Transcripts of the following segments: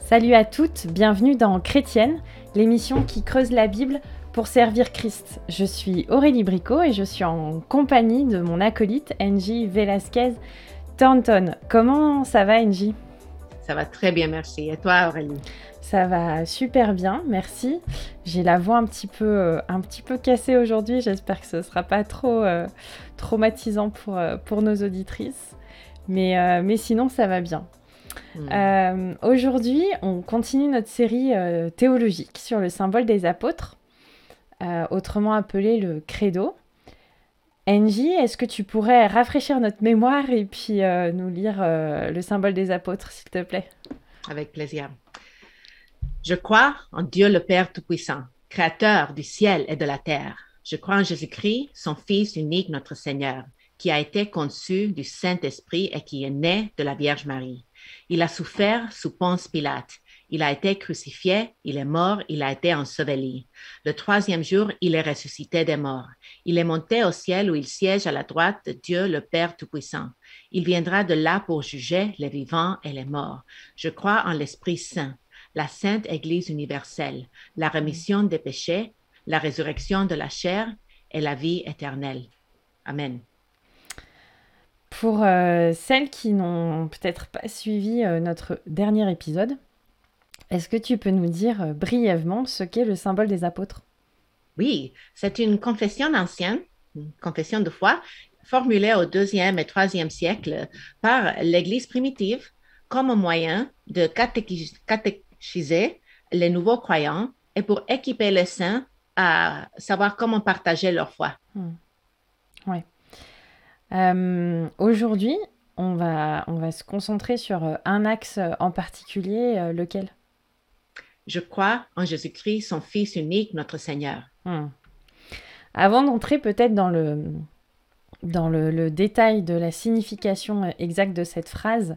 Salut à toutes, bienvenue dans Chrétienne, l'émission qui creuse la Bible pour servir Christ. Je suis Aurélie Bricot et je suis en compagnie de mon acolyte Angie Velasquez Thornton. Comment ça va Angie ? Ça va très bien, merci. Et toi Aurélie ? Ça va super bien, merci. J'ai la voix un petit peu cassée aujourd'hui, j'espère que ce ne sera pas trop traumatisant pour nos auditrices. Mais sinon ça va bien. Aujourd'hui, on continue notre série théologique sur le symbole des apôtres, autrement appelé le credo. Angie, est-ce que tu pourrais rafraîchir notre mémoire et puis nous lire le symbole des apôtres, s'il te plaît ? Avec plaisir. Je crois en Dieu le Père Tout-Puissant, Créateur du ciel et de la terre. Je crois en Jésus-Christ, son Fils unique, notre Seigneur, qui a été conçu du Saint-Esprit et qui est né de la Vierge Marie. Il a souffert sous Ponce Pilate. Il a été crucifié, il est mort, il a été enseveli. Le troisième jour, il est ressuscité des morts. Il est monté au ciel où il siège à la droite de Dieu, le Père Tout-Puissant. Il viendra de là pour juger les vivants et les morts. Je crois en l'Esprit Saint, la Sainte Église universelle, la rémission des péchés, la résurrection de la chair et la vie éternelle. Amen. Pour celles qui n'ont peut-être pas suivi notre dernier épisode, est-ce que tu peux nous dire brièvement ce qu'est le symbole des apôtres ? Oui, c'est une confession ancienne, une confession de foi, formulée au IIe et IIIe siècle par l'Église primitive comme moyen de catéchiser les nouveaux croyants et pour équiper les saints à savoir comment partager leur foi. Ouais. Aujourd'hui, on va se concentrer sur un axe en particulier, lequel ? Je crois en Jésus-Christ, son Fils unique, notre Seigneur. Avant d'entrer peut-être dans le détail de la signification exacte de cette phrase,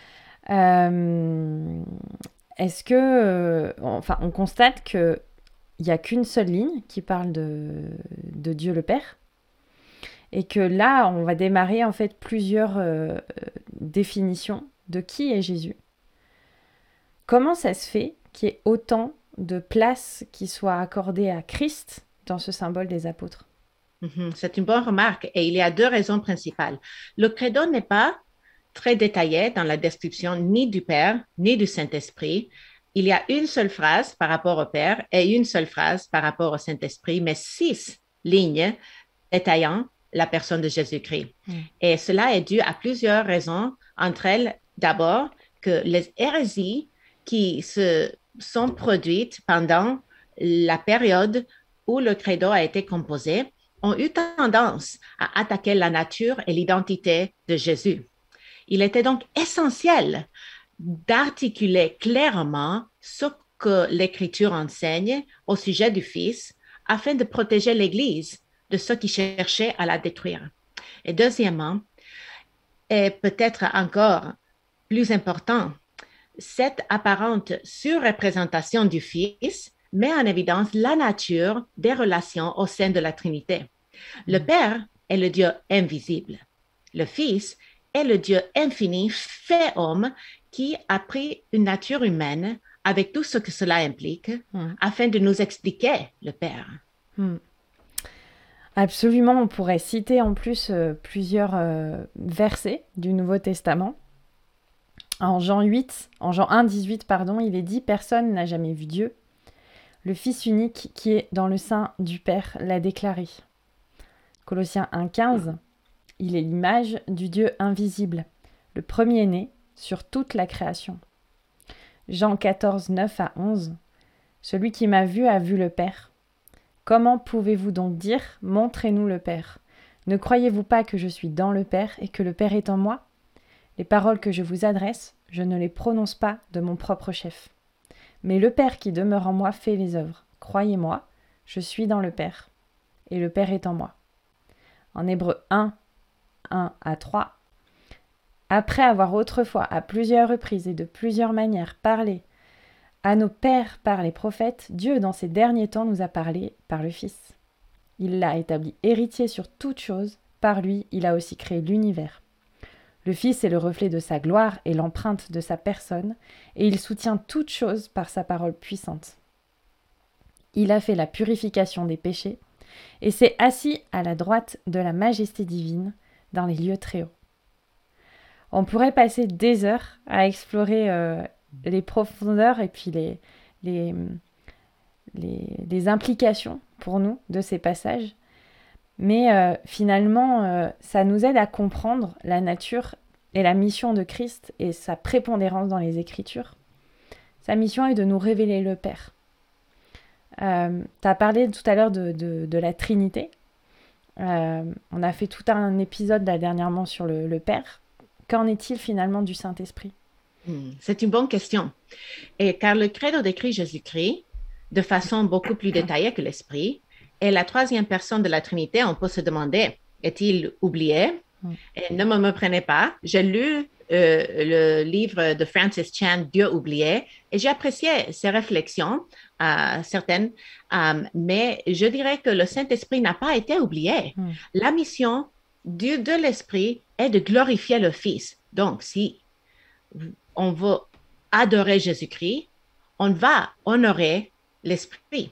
est-ce que... on constate qu'il n'y a qu'une seule ligne qui parle de Dieu le Père, et que là, on va démarrer en fait plusieurs définitions de qui est Jésus. Comment ça se fait qu'il y ait autant de place qui soit accordée à Christ dans ce symbole des apôtres ? C'est une bonne remarque et il y a deux raisons principales. Le credo n'est pas très détaillé dans la description ni du Père ni du Saint-Esprit. Il y a une seule phrase par rapport au Père et une seule phrase par rapport au Saint-Esprit, mais 6 lignes détaillant la personne de Jésus-Christ. Et cela est dû à plusieurs raisons, entre elles, d'abord, que les hérésies qui se sont produites pendant la période où le credo a été composé ont eu tendance à attaquer la nature et l'identité de Jésus. Il était donc essentiel d'articuler clairement ce que l'Écriture enseigne au sujet du Fils afin de protéger l'Église de ceux qui cherchaient à la détruire. Et deuxièmement, et peut-être encore plus important, cette apparente surreprésentation du Fils met en évidence la nature des relations au sein de la Trinité. Le Père est le Dieu invisible. Le Fils est le Dieu infini fait homme qui a pris une nature humaine avec tout ce que cela implique afin de nous expliquer le Père. Absolument, on pourrait citer en plus plusieurs versets du Nouveau Testament. En Jean 1, 18, il est dit « Personne n'a jamais vu Dieu. Le Fils unique qui est dans le sein du Père l'a déclaré. » Colossiens 1, 15, il est l'image du Dieu invisible, le premier-né sur toute la création. Jean 14, 9 à 11, celui qui m'a vu a vu le Père. Comment pouvez-vous donc dire « Montrez-nous le Père » ? Ne croyez-vous pas que je suis dans le Père et que le Père est en moi ? Les paroles que je vous adresse, je ne les prononce pas de mon propre chef. Mais le Père qui demeure en moi fait les œuvres. Croyez-moi, je suis dans le Père, et le Père est en moi. En Hébreux 1, 1 à 3, après avoir autrefois à plusieurs reprises et de plusieurs manières parlé à nos pères par les prophètes, Dieu dans ces derniers temps nous a parlé par le Fils. Il l'a établi héritier sur toutes choses, par lui il a aussi créé l'univers. Le Fils est le reflet de sa gloire et l'empreinte de sa personne, et il soutient toute chose par sa parole puissante. Il a fait la purification des péchés, et s'est assis à la droite de la majesté divine dans les lieux très hauts. On pourrait passer des heures à explorer les profondeurs et puis les implications pour nous de ces passages. Mais finalement, ça nous aide à comprendre la nature et la mission de Christ et sa prépondérance dans les Écritures. Sa mission est de nous révéler le Père. Tu as parlé tout à l'heure de la Trinité. On a fait tout un épisode là, dernièrement sur le Père. Qu'en est-il finalement du Saint-Esprit? C'est une bonne question. Et car le credo décrit Jésus-Christ de façon beaucoup plus détaillée que l'Esprit. Et la troisième personne de la Trinité, on peut se demander, est-il oublié? Et ne me prenez pas. J'ai lu le livre de Francis Chan, Dieu oublié, et j'ai apprécié ses réflexions, certaines, mais je dirais que le Saint-Esprit n'a pas été oublié. La mission de l'Esprit est de glorifier le Fils. Donc, si on veut adorer Jésus-Christ, on va honorer l'Esprit.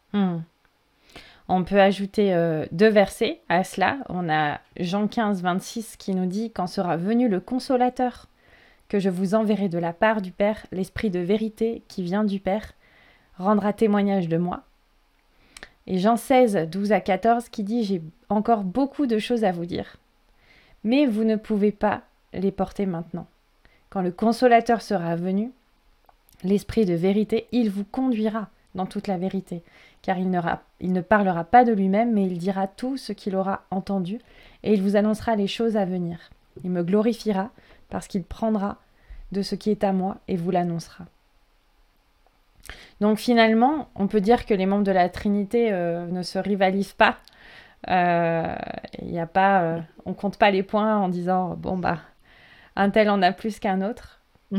On peut ajouter 2 versets à cela. On a Jean 15, 26 qui nous dit « Quand sera venu le Consolateur, que je vous enverrai de la part du Père, l'Esprit de vérité qui vient du Père, rendra témoignage de moi. » Et Jean 16, 12 à 14 qui dit « J'ai encore beaucoup de choses à vous dire, mais vous ne pouvez pas les porter maintenant. Quand le Consolateur sera venu, l'Esprit de vérité, il vous conduira dans toute la vérité, car il ne parlera pas de lui-même, mais il dira tout ce qu'il aura entendu, et il vous annoncera les choses à venir. Il me glorifiera, parce qu'il prendra de ce qui est à moi et vous l'annoncera. » Donc finalement, on peut dire que les membres de la Trinité ne se rivalisent pas. On compte pas les points en disant un tel en a plus qu'un autre.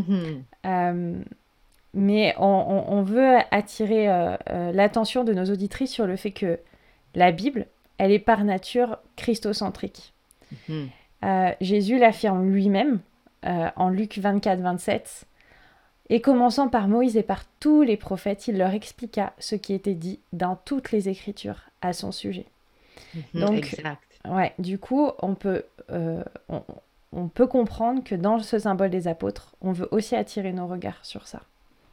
Mais on veut attirer l'attention de nos auditrices sur le fait que la Bible, elle est par nature christocentrique. Jésus l'affirme lui-même en Luc 24, 27. Et commençant par Moïse et par tous les prophètes, il leur expliqua ce qui était dit dans toutes les Écritures à son sujet. Donc, exact. Ouais, du coup, on peut comprendre que dans ce symbole des apôtres, on veut aussi attirer nos regards sur ça.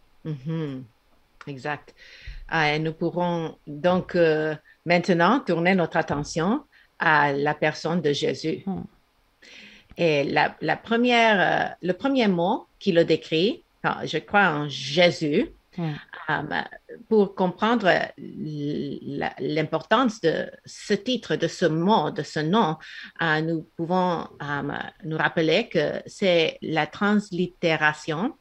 Exact. Et nous pourrons donc maintenant tourner notre attention à la personne de Jésus. Et le premier mot qui le décrit, je crois en Jésus, pour comprendre l'importance de ce titre, de ce mot, de ce nom, nous pouvons nous rappeler que c'est la translittération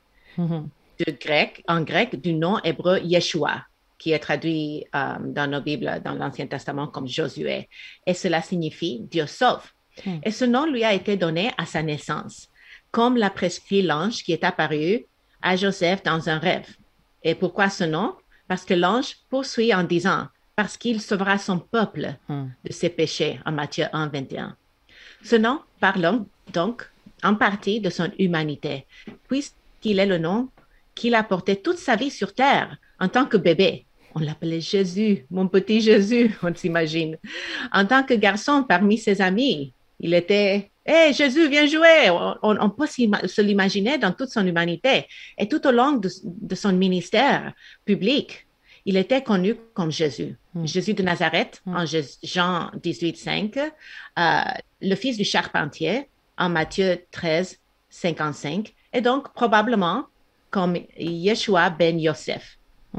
en grec du nom hébreu Yeshua, qui est traduit dans nos Bibles, dans l'Ancien Testament, comme Josué. Et cela signifie Dieu sauve. Et ce nom lui a été donné à sa naissance, comme l'a prescrit l'ange qui est apparu à Joseph dans un rêve. Et pourquoi ce nom? Parce que l'ange poursuit en disant « parce qu'il sauvera son peuple de ses péchés » en Matthieu 1, 21. Ce nom parle donc en partie de son humanité, puisqu'il est le nom qu'il a porté toute sa vie sur terre en tant que bébé. On l'appelait Jésus, mon petit Jésus, on s'imagine. En tant que garçon parmi ses amis, il était « Hey, Jésus, viens jouer !» On peut se l'imaginer dans toute son humanité. Et tout au long de son ministère public, il était connu comme Jésus. Jésus de Nazareth, en Jean 18, 5, le fils du charpentier, en Matthieu 13, 55, et donc probablement comme Yeshua ben Yosef.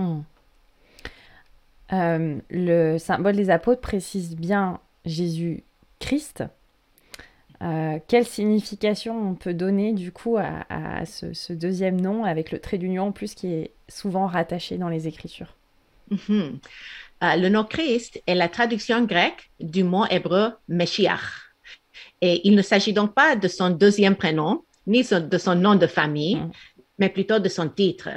Le symbole des apôtres précise bien Jésus-Christ. Quelle signification on peut donner du coup à ce deuxième nom avec le trait d'union en plus qui est souvent rattaché dans les Écritures? Le nom Christ est la traduction grecque du mot hébreu Meshiach. Et il ne s'agit donc pas de son deuxième prénom, ni de son nom de famille, mais plutôt de son titre.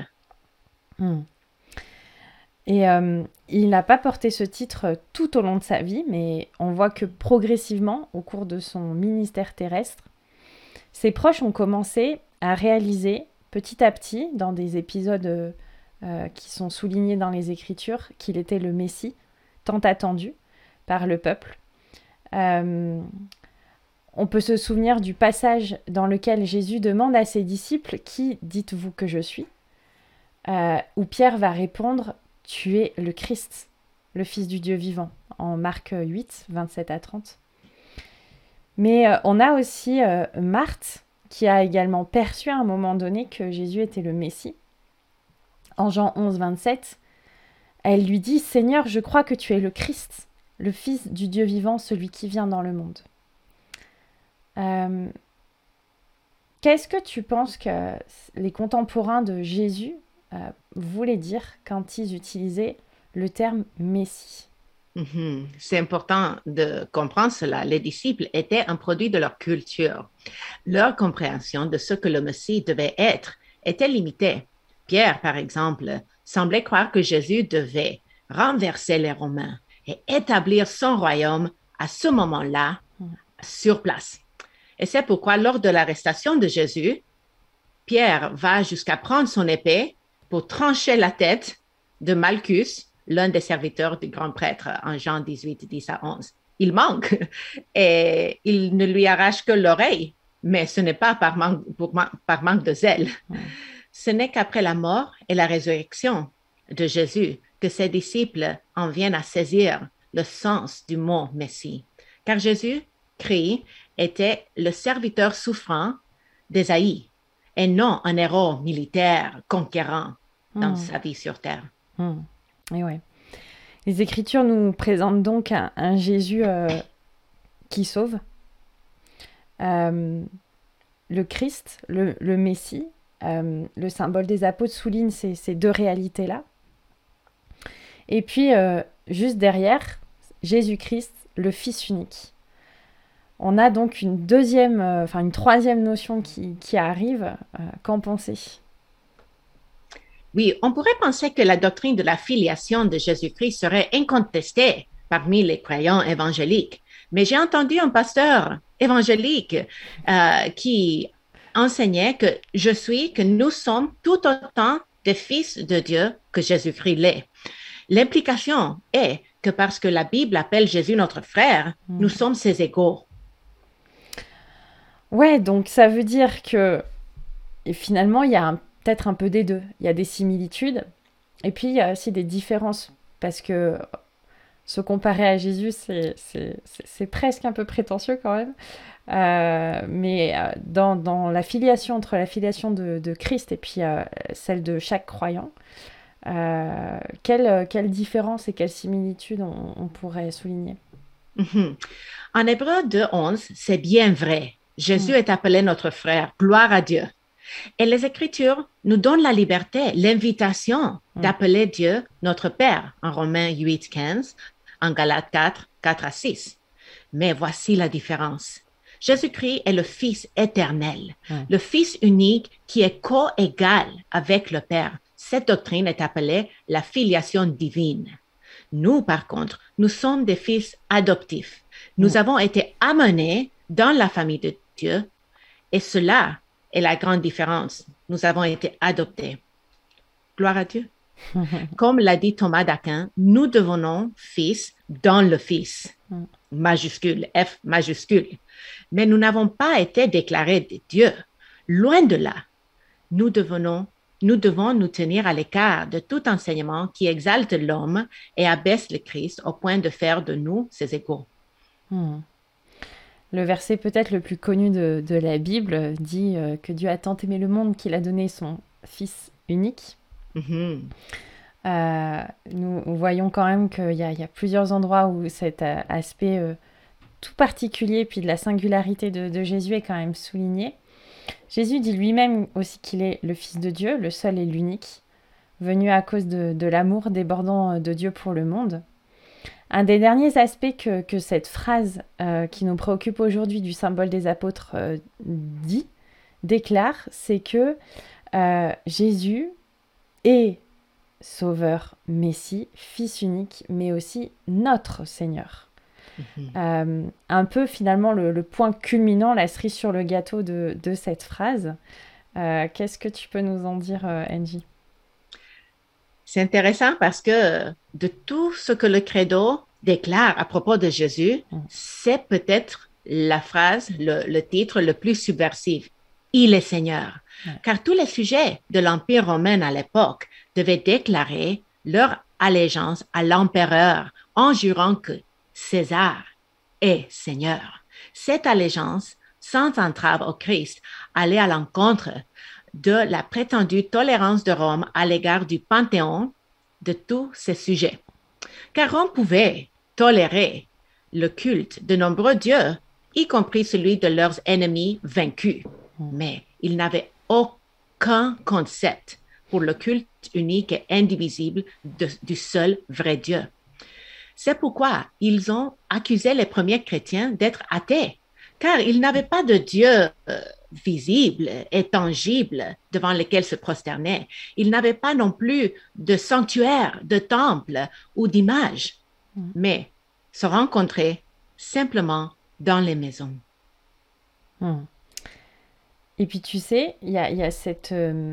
Et il n'a pas porté ce titre tout au long de sa vie, mais on voit que progressivement, au cours de son ministère terrestre, Ses proches ont commencé à réaliser petit à petit, dans des épisodes qui sont soulignés dans les Écritures, qu'il était le Messie, tant attendu par le peuple. On peut se souvenir du passage dans lequel Jésus demande à ses disciples « Qui dites-vous que je suis ?» où Pierre va répondre « Tu es le Christ, le Fils du Dieu vivant » en Marc 8, 27 à 30. Mais on a aussi Marthe, qui a également perçu à un moment donné que Jésus était le Messie. En Jean 11, 27, elle lui dit « Seigneur, je crois que tu es le Christ, le Fils du Dieu vivant, celui qui vient dans le monde. » Qu'est-ce que tu penses que les contemporains de Jésus voulaient dire quand ils utilisaient le terme Messie? C'est important de comprendre cela. Les disciples étaient un produit de leur culture. Leur compréhension de ce que le Messie devait être était limitée. Pierre, par exemple, semblait croire que Jésus devait renverser les Romains et établir son royaume à ce moment-là, sur place. Et c'est pourquoi, lors de l'arrestation de Jésus, Pierre va jusqu'à prendre son épée pour trancher la tête de Malchus, l'un des serviteurs du grand prêtre, en Jean 18, 10 à 11. Il manque et il ne lui arrache que l'oreille, mais ce n'est pas par manque de zèle. Ce n'est qu'après la mort et la résurrection de Jésus que ses disciples en viennent à saisir le sens du mot Messie. Car Jésus, Christ, était le serviteur souffrant d'Ésaïe et non un héros militaire conquérant dans sa vie sur terre. Et ouais. Les Écritures nous présentent donc un Jésus qui sauve, le Christ, le Messie. Le symbole des apôtres souligne ces deux réalités-là. Et puis, juste derrière, Jésus-Christ, le Fils unique. On a donc une troisième notion qui arrive. Qu'en pensez ? Oui, on pourrait penser que la doctrine de la filiation de Jésus-Christ serait incontestée parmi les croyants évangéliques. Mais j'ai entendu un pasteur évangélique qui enseignait que nous sommes tout autant des fils de Dieu que Jésus-Christ l'est. L'implication est que parce que la Bible appelle Jésus notre frère, nous sommes ses égaux. Ouais, donc ça veut dire que finalement, il y a peut-être un peu des deux. Il y a des similitudes et puis il y a aussi des différences parce que se comparer à Jésus, c'est presque un peu prétentieux quand même. Mais dans la filiation, entre la filiation de Christ et puis celle de chaque croyant, quelle différence et quelle similitude on pourrait souligner? En Hébreux 2:11, c'est bien vrai. Jésus est appelé notre frère. Gloire à Dieu. Et les Écritures nous donnent la liberté, l'invitation d'appeler Dieu notre Père en Romains 8:15, en Galates 4 à 6. Mais voici la différence. Jésus-Christ est le Fils éternel, le Fils unique qui est co-égal avec le Père. Cette doctrine est appelée la filiation divine. Nous, par contre, nous sommes des fils adoptifs. Nous avons été amenés dans la famille de Dieu et cela est la grande différence. Nous avons été adoptés. Gloire à Dieu. Comme l'a dit Thomas d'Aquin, nous devenons fils dans le Fils, majuscule, F majuscule. Mais nous n'avons pas été déclarés de Dieu. Loin de là. Nous devons nous tenir à l'écart de tout enseignement qui exalte l'homme et abaisse le Christ au point de faire de nous ses égaux. Le verset peut-être le plus connu de la Bible dit que Dieu a tant aimé le monde qu'il a donné son Fils unique. Nous voyons quand même qu'il y a plusieurs endroits où cet aspect tout particulier puis de la singularité de Jésus est quand même souligné. Jésus dit lui-même aussi qu'il est le Fils de Dieu, le seul et l'unique, venu à cause de l'amour débordant de Dieu pour le monde. Un des derniers aspects que cette phrase qui nous préoccupe aujourd'hui du symbole des apôtres déclare, c'est que Jésus est Sauveur, Messie, Fils unique, mais aussi notre Seigneur. Un peu finalement le point culminant, la cerise sur le gâteau de cette phrase. Qu'est-ce que tu peux nous en dire, Angie? C'est intéressant parce que de tout ce que le credo déclare à propos de Jésus, c'est peut-être la phrase, le titre le plus subversif. Il est Seigneur. Car tous les sujets de l'Empire romain à l'époque devaient déclarer leur allégeance à l'empereur en jurant que César est Seigneur. Cette allégeance, sans entrave au Christ, allait à l'encontre de la prétendue tolérance de Rome à l'égard du Panthéon de tous ces sujets. Car Rome pouvait tolérer le culte de nombreux dieux, y compris celui de leurs ennemis vaincus, mais ils n'avaient aucun concept pour le culte unique et indivisible du seul vrai Dieu. C'est pourquoi ils ont accusé les premiers chrétiens d'être athées, car ils n'avaient pas de Dieu visible et tangible devant lequel se prosterner. Ils n'avaient pas non plus de sanctuaire, de temple ou d'image, mais se rencontraient simplement dans les maisons. Et puis tu sais, il y a cette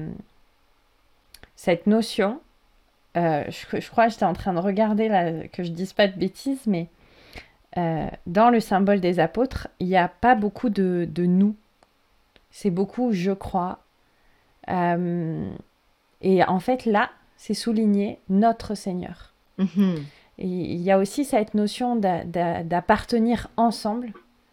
notion, je crois que j'étais en train de regarder là, que je dise pas de bêtises, mais dans le symbole des apôtres, il n'y a pas beaucoup de nous. C'est beaucoup je crois. Et en fait, là, c'est souligné notre Seigneur. Et il y a aussi cette notion d'appartenir ensemble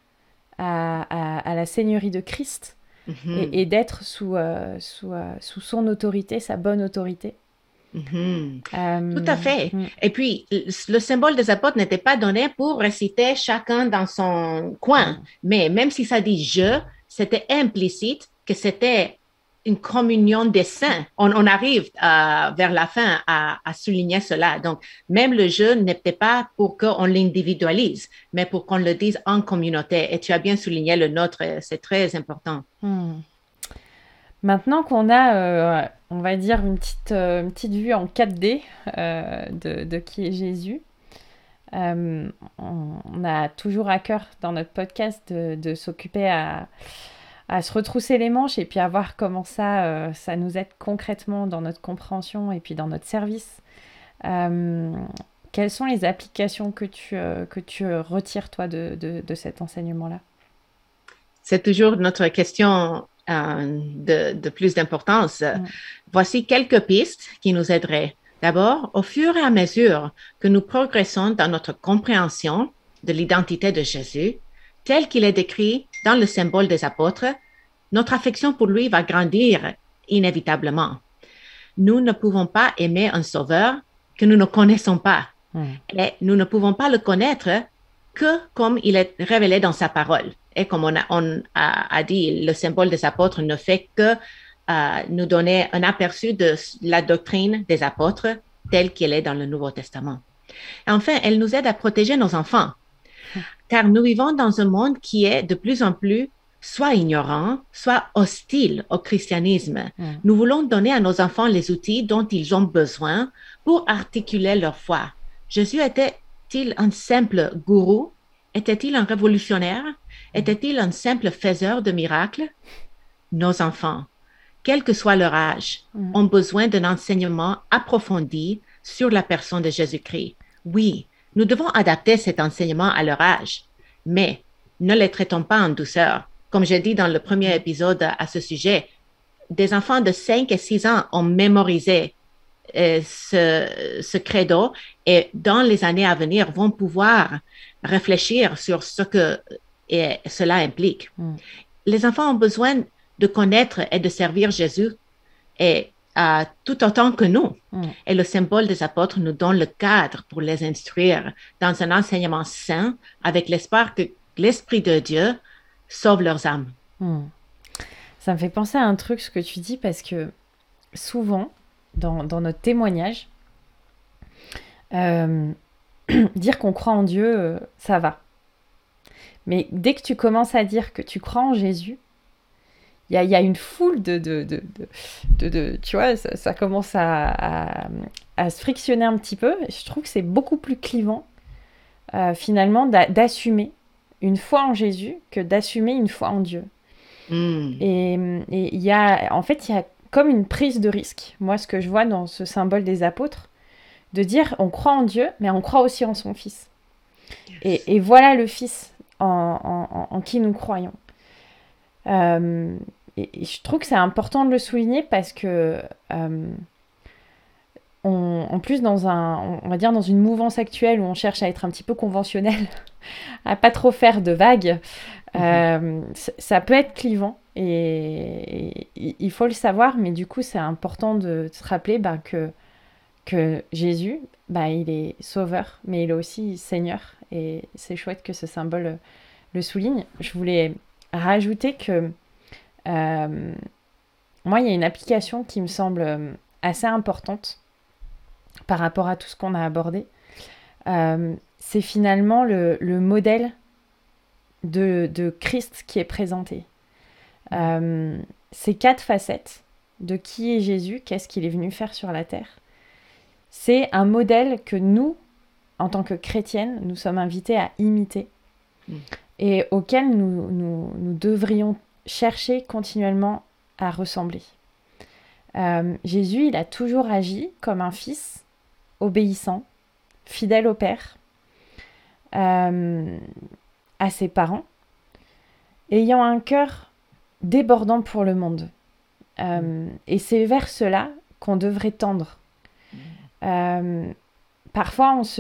à la Seigneurie de Christ et d'être sous son autorité, sa bonne autorité. Tout à fait. Et puis, le symbole des apôtres n'était pas donné pour réciter chacun dans son coin. Mais même si ça dit « je », c'était implicite que c'était une communion des saints. On arrive vers la fin à souligner cela. Donc, même le « je » n'était pas pour qu'on l'individualise, mais pour qu'on le dise en communauté. Et tu as bien souligné le nôtre, c'est très important. Maintenant qu'on a, on va dire, une petite vue en 4D de qui est Jésus, on a toujours à cœur dans notre podcast de s'occuper à se retrousser les manches et puis à voir comment ça nous aide concrètement dans notre compréhension et puis dans notre service. Quelles sont les applications que tu retires, toi, de cet enseignement-là? C'est toujours notre question de plus d'importance. Voici quelques pistes qui nous aideraient. D'abord, au fur et à mesure que nous progressons dans notre compréhension de l'identité de Jésus, tel qu'il est décrit dans le symbole des apôtres, notre affection pour lui va grandir inévitablement. Nous ne pouvons pas aimer un sauveur que nous ne connaissons pas. Et nous ne pouvons pas le connaître que comme il est révélé dans sa parole. Et comme on a dit, le symbole des apôtres ne fait que nous donner un aperçu de la doctrine des apôtres telle qu'elle est dans le Nouveau Testament. Et enfin, elle nous aide à protéger nos enfants, car nous vivons dans un monde qui est de plus en plus soit ignorant, soit hostile au christianisme. Nous voulons donner à nos enfants les outils dont ils ont besoin pour articuler leur foi. Jésus était-il un simple gourou? Était-il un révolutionnaire? Était-il un simple faiseur de miracles? Nos enfants, quel que soit leur âge, ont besoin d'un enseignement approfondi sur la personne de Jésus-Christ. Oui, nous devons adapter cet enseignement à leur âge, mais ne les traitons pas en douceur. Comme j'ai dit dans le premier épisode à ce sujet, des enfants de 5 et 6 ans ont mémorisé ce credo et dans les années à venir vont pouvoir réfléchir sur ce que cela implique. Les enfants ont besoin de connaître et de servir Jésus et tout autant que nous. Et le symbole des apôtres nous donne le cadre pour les instruire dans un enseignement sain avec l'espoir que l'Esprit de Dieu sauve leurs âmes. Ça me fait penser à un truc, ce que tu dis, parce que souvent, dans notre témoignage, dire qu'on croit en Dieu, ça va. Mais dès que tu commences à dire que tu crois en Jésus, il y a une foule de tu vois, ça commence à se frictionner un petit peu. Je trouve que c'est beaucoup plus clivant finalement d'assumer une foi en Jésus que d'assumer une foi en Dieu. Et il y a comme une prise de risque, moi ce que je vois dans ce symbole des apôtres, de dire on croit en Dieu, mais on croit aussi en son Fils. Yes. Et voilà le Fils en qui nous croyons. Et je trouve que c'est important de le souligner parce que en plus on va dire dans une mouvance actuelle où on cherche à être un petit peu conventionnel, à pas trop faire de vagues, ça peut être clivant et il faut le savoir, mais du coup c'est important de se rappeler que Jésus, il est sauveur, mais il est aussi Seigneur, et c'est chouette que ce symbole le souligne. Je voulais rajouter que moi, il y a une application qui me semble assez importante par rapport à tout ce qu'on a abordé. C'est finalement le modèle de Christ qui est présenté. Ces 4 facettes de qui est Jésus, qu'est-ce qu'il est venu faire sur la terre. C'est un modèle que nous, en tant que chrétiennes, nous sommes invités à imiter et auquel nous devrions chercher continuellement à ressembler. Jésus, il a toujours agi comme un fils, obéissant, fidèle au Père, à ses parents, ayant un cœur débordant pour le monde. Et c'est vers cela qu'on devrait tendre. Parfois, on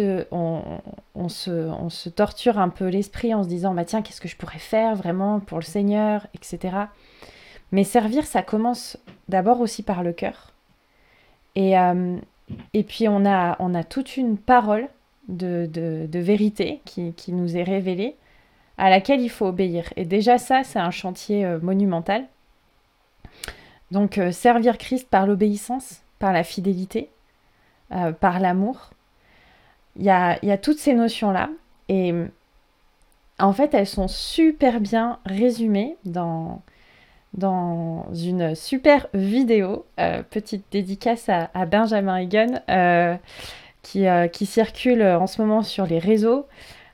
se torture un peu l'esprit en se disant tiens, qu'est-ce que je pourrais faire vraiment pour le Seigneur, etc. Mais servir, ça commence d'abord aussi par le cœur. Et puis, on a toute une parole de vérité qui nous est révélée, à laquelle il faut obéir. Et déjà, ça, c'est un chantier monumental. Donc, servir Christ par l'obéissance, par la fidélité, par l'amour. Il y a toutes ces notions-là. Et en fait, elles sont super bien résumées dans une super vidéo. Petite dédicace à Benjamin Egan, qui circule en ce moment sur les réseaux.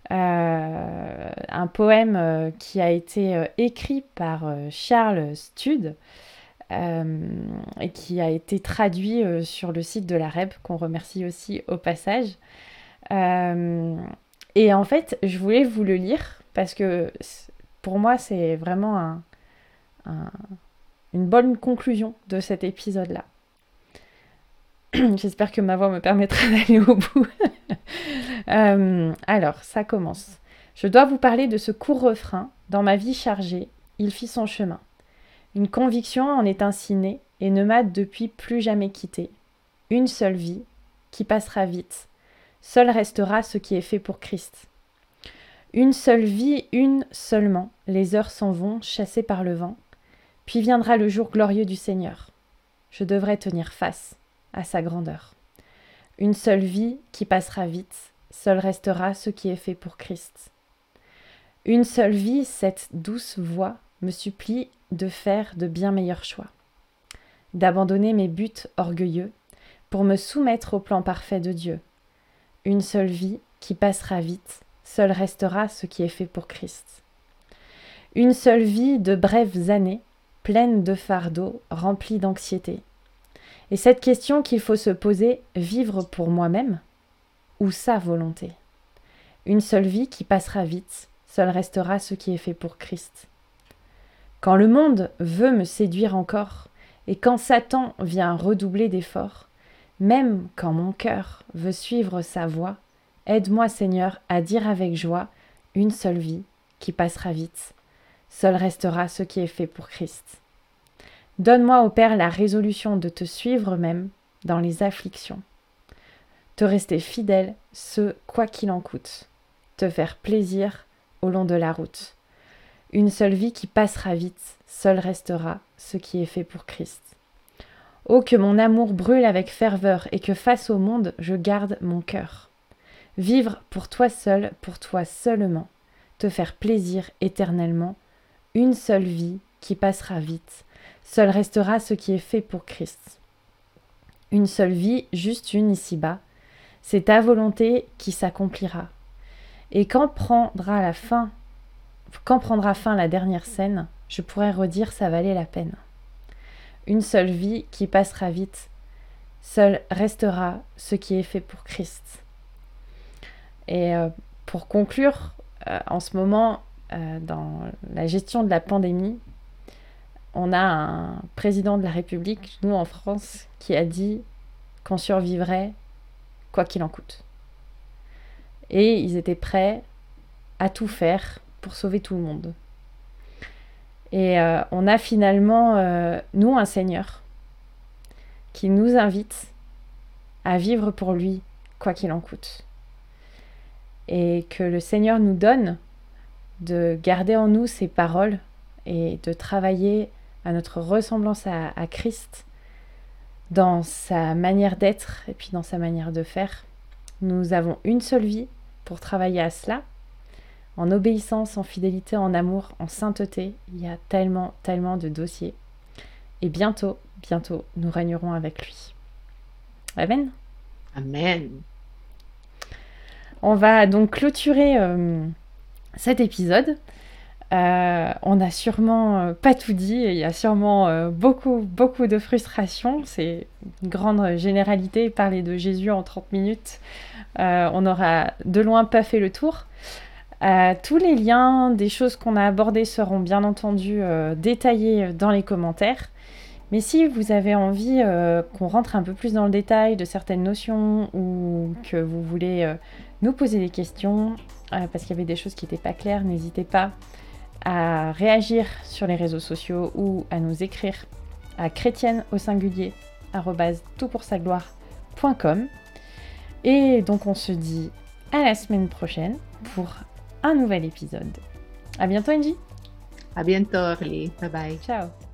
Un poème qui a été écrit par Charles Stud, et qui a été traduit sur le site de la REB, qu'on remercie aussi au passage. Et en fait, je voulais vous le lire parce que pour moi, c'est vraiment une bonne conclusion de cet épisode-là. J'espère que ma voix me permettra d'aller au bout. Alors, ça commence. Je dois vous parler de ce court refrain. Dans ma vie chargée, il fit son chemin. Une conviction en est ainsi née et ne m'a depuis plus jamais quitté. Une seule vie qui passera vite. Seul restera ce qui est fait pour Christ. Une seule vie, une seulement. Les heures s'en vont, chassées par le vent. Puis viendra le jour glorieux du Seigneur. Je devrais tenir face à sa grandeur. Une seule vie qui passera vite. Seul restera ce qui est fait pour Christ. Une seule vie, cette douce voix me supplie de faire de bien meilleurs choix. D'abandonner mes buts orgueilleux pour me soumettre au plan parfait de Dieu. Une seule vie qui passera vite, seul restera ce qui est fait pour Christ. Une seule vie de brèves années, pleine de fardeaux, remplie d'anxiété. Et cette question qu'il faut se poser, vivre pour moi-même ou sa volonté? Une seule vie qui passera vite, seul restera ce qui est fait pour Christ. Quand le monde veut me séduire encore, et quand Satan vient redoubler d'efforts, même quand mon cœur veut suivre sa voie, aide-moi Seigneur à dire avec joie, une seule vie qui passera vite, seul restera ce qui est fait pour Christ. Donne-moi ô Père la résolution de te suivre même dans les afflictions, te rester fidèle, ce quoi qu'il en coûte, te faire plaisir au long de la route. Une seule vie qui passera vite, seul restera ce qui est fait pour Christ. Oh, que mon amour brûle avec ferveur et que face au monde, je garde mon cœur. Vivre pour toi seul, pour toi seulement, te faire plaisir éternellement. Une seule vie qui passera vite, seul restera ce qui est fait pour Christ. Une seule vie, juste une ici-bas, c'est ta volonté qui s'accomplira. Et quand prendra fin la dernière scène, je pourrais redire ça valait la peine. Une seule vie qui passera vite, seul restera ce qui est fait pour Christ. Et pour conclure, en ce moment, dans la gestion de la pandémie, on a un président de la République, nous en France, qui a dit qu'on survivrait quoi qu'il en coûte. Et ils étaient prêts à tout faire pour sauver tout le monde. Et on a finalement, nous, un Seigneur qui nous invite à vivre pour lui, quoi qu'il en coûte. Et que le Seigneur nous donne de garder en nous ses paroles et de travailler à notre ressemblance à Christ dans sa manière d'être et puis dans sa manière de faire. Nous avons une seule vie pour travailler à cela, en obéissance, en fidélité, en amour, en sainteté. Il y a tellement, tellement de dossiers. Et bientôt, nous régnerons avec lui. Amen. Amen. On va donc clôturer cet épisode. On n'a sûrement pas tout dit. Il y a sûrement beaucoup de frustration. C'est une grande généralité. Parler de Jésus en 30 minutes. On n'aura de loin pas fait le tour. Tous les liens des choses qu'on a abordées seront bien entendu détaillés dans les commentaires. Mais si vous avez envie qu'on rentre un peu plus dans le détail de certaines notions ou que vous voulez nous poser des questions parce qu'il y avait des choses qui n'étaient pas claires, n'hésitez pas à réagir sur les réseaux sociaux ou à nous écrire à chrétienne@toutpoursagloire.com. Et donc on se dit à la semaine prochaine pour un nouvel épisode. À bientôt Angie. À bientôt Orly. Bye bye. Ciao.